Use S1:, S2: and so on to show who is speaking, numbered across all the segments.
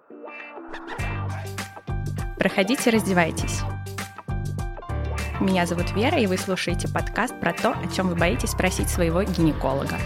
S1: Проходите, раздевайтесь. Меня зовут Вера, и вы слушаете подкаст про то, о чем вы боитесь спросить своего гинеколога.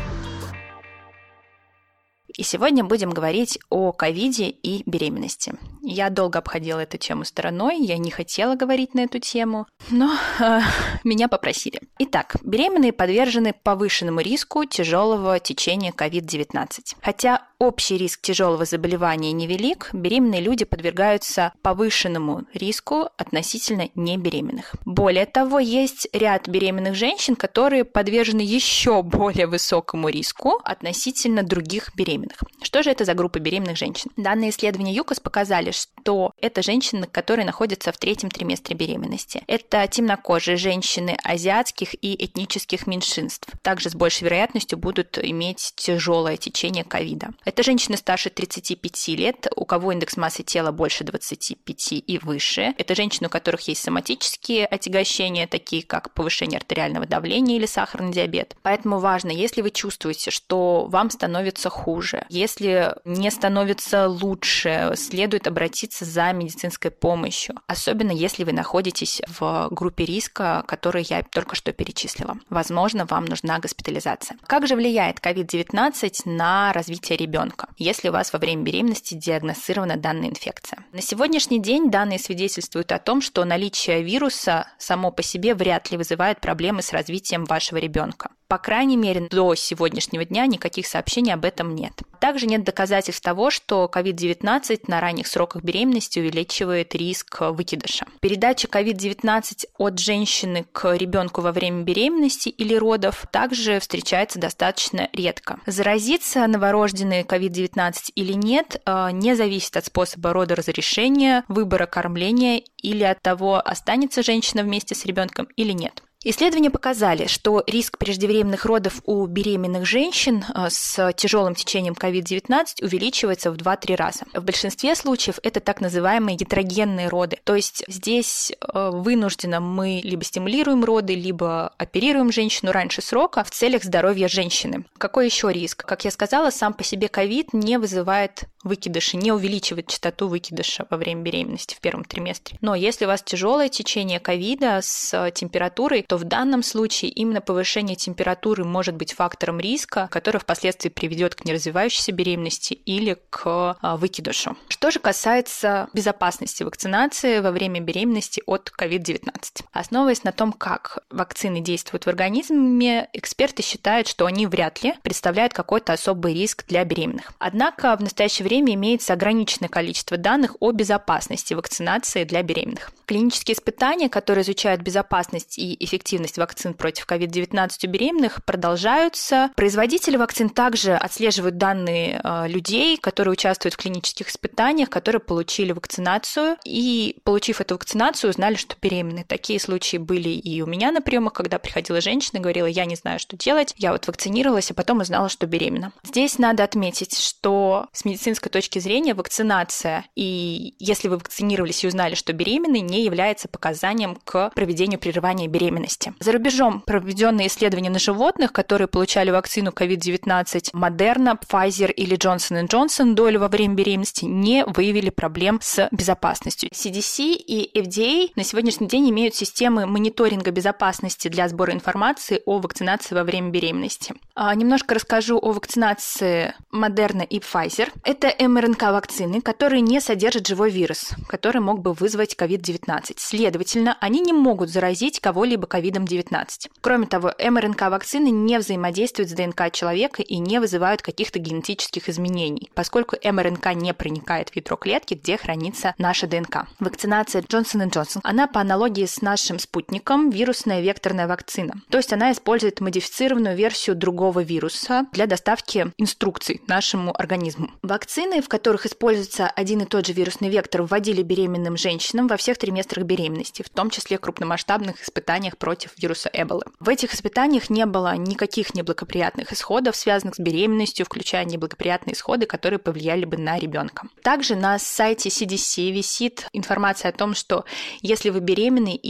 S1: И сегодня будем говорить о ковиде и беременности. Я долго обходила эту тему стороной, я не хотела говорить на эту тему, но меня попросили. Итак, беременные подвержены повышенному риску тяжелого течения COVID-19. Хотя общий риск тяжелого заболевания невелик, беременные люди подвергаются повышенному риску относительно небеременных. Более того, есть ряд беременных женщин, которые подвержены еще более высокому риску относительно других беременных. Что же это за группа беременных женщин? Данные исследования ЮКОС показали, что это женщины, которые находятся в третьем триместре беременности. Это темнокожие женщины азиатских и этнических меньшинств. Также с большей вероятностью будут иметь тяжелое течение ковида. Это женщины старше 35 лет, у кого индекс массы тела больше 25 и выше. Это женщины, у которых есть соматические отягощения, такие как повышение артериального давления или сахарный диабет. Поэтому важно, если вы чувствуете, что вам становится хуже, если не становится лучше, следует обратиться за медицинской помощью, особенно если вы находитесь в группе риска, которую я только что перечислила. Возможно, вам нужна госпитализация. Как же влияет COVID-19 на развитие ребенка, если у вас во время беременности диагностирована данная инфекция? На сегодняшний день данные свидетельствуют о том, что наличие вируса само по себе вряд ли вызывает проблемы с развитием вашего ребенка. По крайней мере, до сегодняшнего дня никаких сообщений об этом нет. Также нет доказательств того, что COVID-19 на ранних сроках беременности увеличивает риск выкидыша. Передача COVID-19 от женщины к ребенку во время беременности или родов также встречается достаточно редко. Заразиться новорожденные COVID-19 или нет не зависит от способа родоразрешения, выбора кормления или от того, останется женщина вместе с ребенком или нет. Исследования показали, что риск преждевременных родов у беременных женщин с тяжелым течением COVID-19 увеличивается в 2-3 раза. В большинстве случаев это так называемые ятрогенные роды. То есть здесь вынужденно мы либо стимулируем роды, либо оперируем женщину раньше срока в целях здоровья женщины. Какой еще риск? Как я сказала, сам по себе COVID не вызывает выкидыши, не увеличивает частоту выкидыша во время беременности в первом триместре. Но если у вас тяжелое течение ковида с температурой, то в данном случае именно повышение температуры может быть фактором риска, который впоследствии приведет к неразвивающейся беременности или к выкидышу. Что же касается безопасности вакцинации во время беременности от COVID-19. Основываясь на том, как вакцины действуют в организме, эксперты считают, что они вряд ли представляют какой-то особый риск для беременных. Однако в настоящее время имеется ограниченное количество данных о безопасности вакцинации для беременных. Клинические испытания, которые изучают безопасность и эффективность вакцин против COVID-19 у беременных, продолжаются. Производители вакцин также отслеживают данные людей, которые участвуют в клинических испытаниях, которые получили вакцинацию и, получив эту вакцинацию, узнали, что беременны. Такие случаи были и у меня на приемах, когда приходила женщина и говорила: я не знаю, что делать, я вакцинировалась, а потом узнала, что беременна. Здесь надо отметить, что с медицинской точки зрения вакцинация, и если вы вакцинировались и узнали, что беременны, не является показанием к проведению прерывания беременности. За рубежом проведенные исследования на животных, которые получали вакцину COVID-19 Moderna, Pfizer или Johnson & Johnson долю во время беременности, не выявили проблем с безопасностью. CDC и FDA на сегодняшний день имеют системы мониторинга безопасности для сбора информации о вакцинации во время беременности. Немножко расскажу о вакцинации Moderna и Pfizer. Это МРНК-вакцины, которые не содержат живой вирус, который мог бы вызвать COVID-19. Следовательно, они не могут заразить кого-либо COVID-19. Кроме того, МРНК-вакцины не взаимодействуют с ДНК человека и не вызывают каких-то генетических изменений, поскольку МРНК не проникает в ядро клетки, где хранится наша ДНК. Вакцинация Johnson & Johnson, она по аналогии с нашим спутником вирусная векторная вакцина. То есть она использует модифицированную версию другого вируса для доставки инструкций нашему организму. Вакцины, в которых используется один и тот же вирусный вектор, вводили беременным женщинам во всех триместрах беременности, в том числе крупномасштабных испытаниях против вируса Эболы. В этих испытаниях не было никаких неблагоприятных исходов, связанных с беременностью, включая неблагоприятные исходы, которые повлияли бы на ребенка. Также на сайте CDC висит информация о том, что если вы беременны и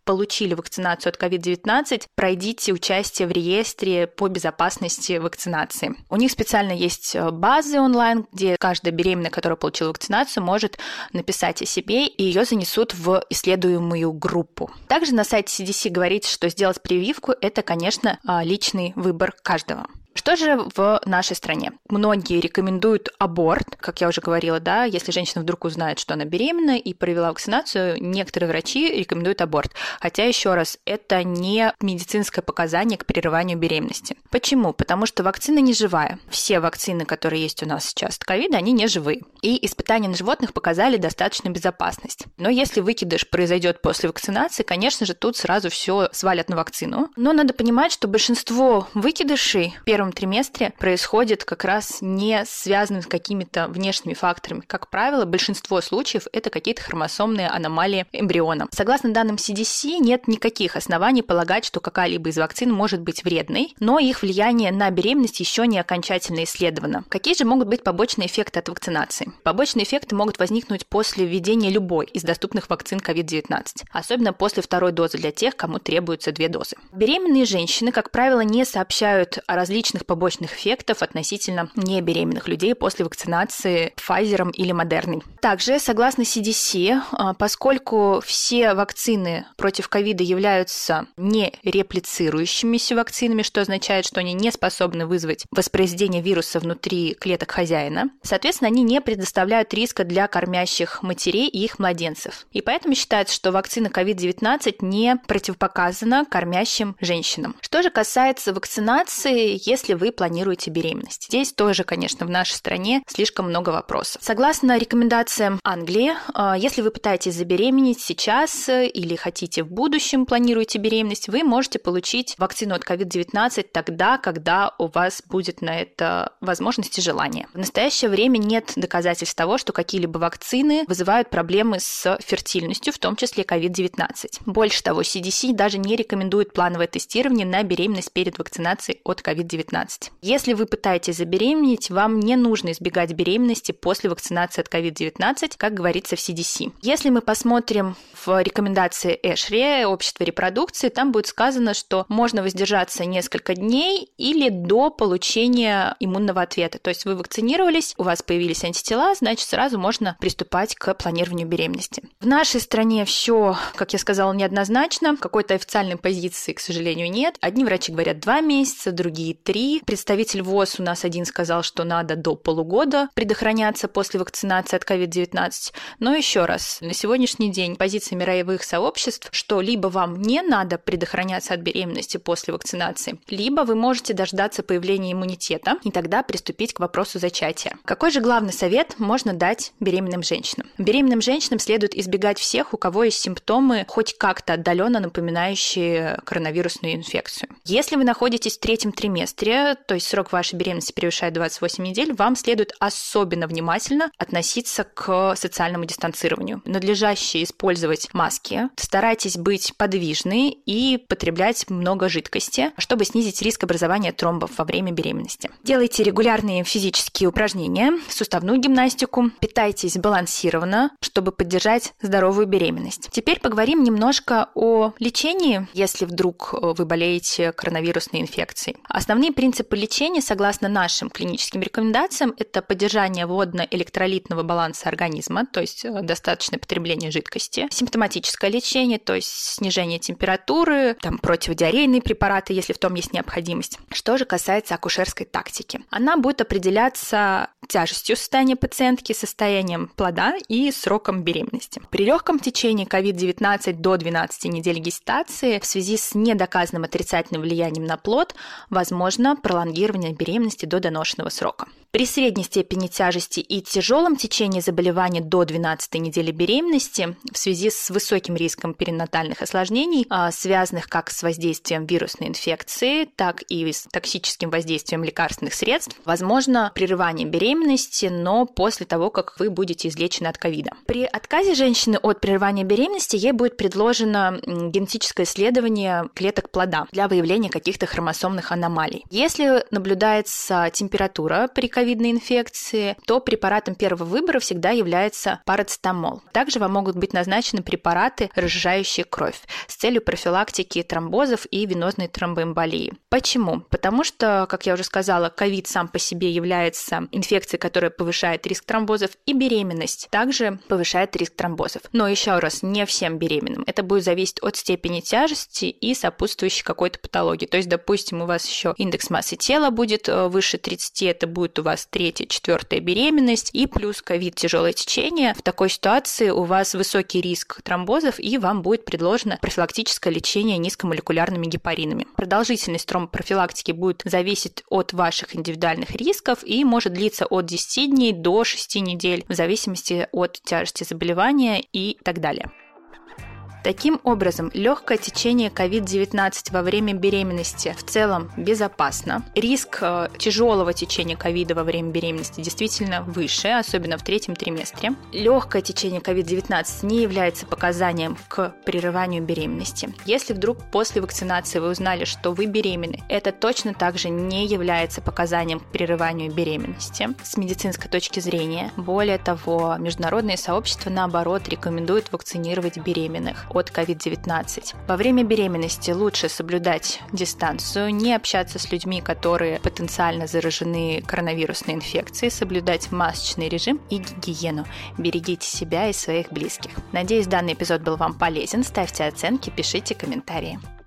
S1: получили вакцинацию от COVID-19, пройдите участие в реестре по безопасности вакцинации. У них специально есть базы онлайн, где каждая беременная, которая получила вакцинацию, может написать о себе, и ее занесут в исследуемую группу. Также на сайте CDC говорится, что сделать прививку – это, конечно, личный выбор каждого. Что же в нашей стране? Многие рекомендуют аборт, как я уже говорила, да, если женщина вдруг узнает, что она беременна и провела вакцинацию, некоторые врачи рекомендуют аборт. Хотя, еще раз, это не медицинское показание к прерыванию беременности. Почему? Потому что вакцина не живая. Все вакцины, которые есть у нас сейчас от ковида, они не живые. И испытания на животных показали достаточную безопасность. Но если выкидыш произойдет после вакцинации, конечно же, тут сразу все свалят на вакцину. Но надо понимать, что большинство выкидышей в первом триместре происходит как раз не связанным с какими-то внешними факторами. Как правило, большинство случаев это какие-то хромосомные аномалии эмбриона. Согласно данным CDC, нет никаких оснований полагать, что какая-либо из вакцин может быть вредной, но их влияние на беременность еще не окончательно исследовано. Какие же могут быть побочные эффекты от вакцинации? Побочные эффекты могут возникнуть после введения любой из доступных вакцин COVID-19, особенно после второй дозы для тех, кому требуется 2 дозы. Беременные женщины, как правило, не сообщают о различных побочных эффектов относительно небеременных людей после вакцинации Pfizer или Moderna. Также, согласно CDC, поскольку все вакцины против ковида являются не реплицирующимися вакцинами, что означает, что они не способны вызвать воспроизведение вируса внутри клеток хозяина, соответственно, они не предоставляют риска для кормящих матерей и их младенцев. И поэтому считается, что вакцина COVID-19 не противопоказана кормящим женщинам. Что же касается вакцинации, если вы планируете беременность. Здесь тоже, конечно, в нашей стране слишком много вопросов. Согласно рекомендациям Англии, если вы пытаетесь забеременеть сейчас или хотите в будущем, планируете беременность, вы можете получить вакцину от COVID-19 тогда, когда у вас будет на это возможность и желание. В настоящее время нет доказательств того, что какие-либо вакцины вызывают проблемы с фертильностью, в том числе COVID-19. Больше того, CDC даже не рекомендует плановое тестирование на беременность перед вакцинацией от COVID-19. Если вы пытаетесь забеременеть, вам не нужно избегать беременности после вакцинации от COVID-19, как говорится в CDC. Если мы посмотрим в рекомендации ESHRE, Общества репродукции, там будет сказано, что можно воздержаться несколько дней или до получения иммунного ответа. То есть вы вакцинировались, у вас появились антитела, значит, сразу можно приступать к планированию беременности. В нашей стране все, как я сказала, неоднозначно. Какой-то официальной позиции, к сожалению, нет. Одни врачи говорят 2 месяца, другие 3. Представитель ВОЗ у нас один сказал, что надо до полугода предохраняться после вакцинации от COVID-19. Но еще раз, на сегодняшний день позиция мировых сообществ, что либо вам не надо предохраняться от беременности после вакцинации, либо вы можете дождаться появления иммунитета и тогда приступить к вопросу зачатия. Какой же главный совет можно дать беременным женщинам? Беременным женщинам следует избегать всех, у кого есть симптомы, хоть как-то отдаленно напоминающие коронавирусную инфекцию. Если вы находитесь в 3-м триместре, то есть срок вашей беременности превышает 28 недель, вам следует особенно внимательно относиться к социальному дистанцированию. Надлежаще использовать маски, старайтесь быть подвижны и потреблять много жидкости, чтобы снизить риск образования тромбов во время беременности. Делайте регулярные физические упражнения, суставную гимнастику, питайтесь сбалансированно, чтобы поддержать здоровую беременность. Теперь поговорим немножко о лечении, если вдруг вы болеете коронавирусной инфекцией. Основные принципы лечения, согласно нашим клиническим рекомендациям, это поддержание водно-электролитного баланса организма, то есть достаточное потребление жидкости, симптоматическое лечение, то есть снижение температуры, противодиарейные препараты, если в том есть необходимость. Что же касается акушерской тактики, она будет определяться тяжестью состояния пациентки, состоянием плода и сроком беременности. При легком течении COVID-19 до 12 недель гестации в связи с недоказанным отрицательным влиянием на плод возможно пролонгирование беременности до доношенного срока. При средней степени тяжести и тяжелом течении заболевания до 12 недели беременности в связи с высоким риском перинатальных осложнений, связанных как с воздействием вирусной инфекции, так и с токсическим воздействием лекарственных средств, возможно прерывание беременности, но после того, как вы будете излечены от ковида. При отказе женщины от прерывания беременности ей будет предложено генетическое исследование клеток плода для выявления каких-то хромосомных аномалий. Если наблюдается температура при ковидной инфекции, то препаратом первого выбора всегда является парацетамол. Также вам могут быть назначены препараты, разжижающие кровь, с целью профилактики тромбозов и венозной тромбоэмболии. Почему? Потому что, как я уже сказала, ковид сам по себе является инфекцией, которая повышает риск тромбозов, и беременность также повышает риск тромбозов. Но еще раз, не всем беременным. Это будет зависеть от степени тяжести и сопутствующей какой-то патологии. То есть, допустим, у вас еще индекс массы тела будет выше 30, это будет у вас 3-я, 4-я беременность, и плюс ковид, тяжелое течение. В такой ситуации у вас высокий риск тромбозов, и вам будет предложено профилактическое лечение низкомолекулярными гепаринами. Продолжительность тромбопрофилактики будет зависеть от ваших индивидуальных рисков и может длиться от 10 дней до 6 недель в зависимости от тяжести заболевания и так далее. Таким образом, легкое течение COVID-19 во время беременности в целом безопасно. Риск тяжелого течения ковида во время беременности действительно выше, особенно в 3-м триместре. Легкое течение COVID-19 не является показанием к прерыванию беременности. Если вдруг после вакцинации вы узнали, что вы беременны, это точно также не является показанием к прерыванию беременности с медицинской точки зрения. Более того, международное сообщество, наоборот, рекомендует вакцинировать беременных от COVID-19. Во время беременности лучше соблюдать дистанцию, не общаться с людьми, которые потенциально заражены коронавирусной инфекцией, соблюдать масочный режим и гигиену. Берегите себя и своих близких. Надеюсь, данный эпизод был вам полезен. Ставьте оценки, пишите комментарии.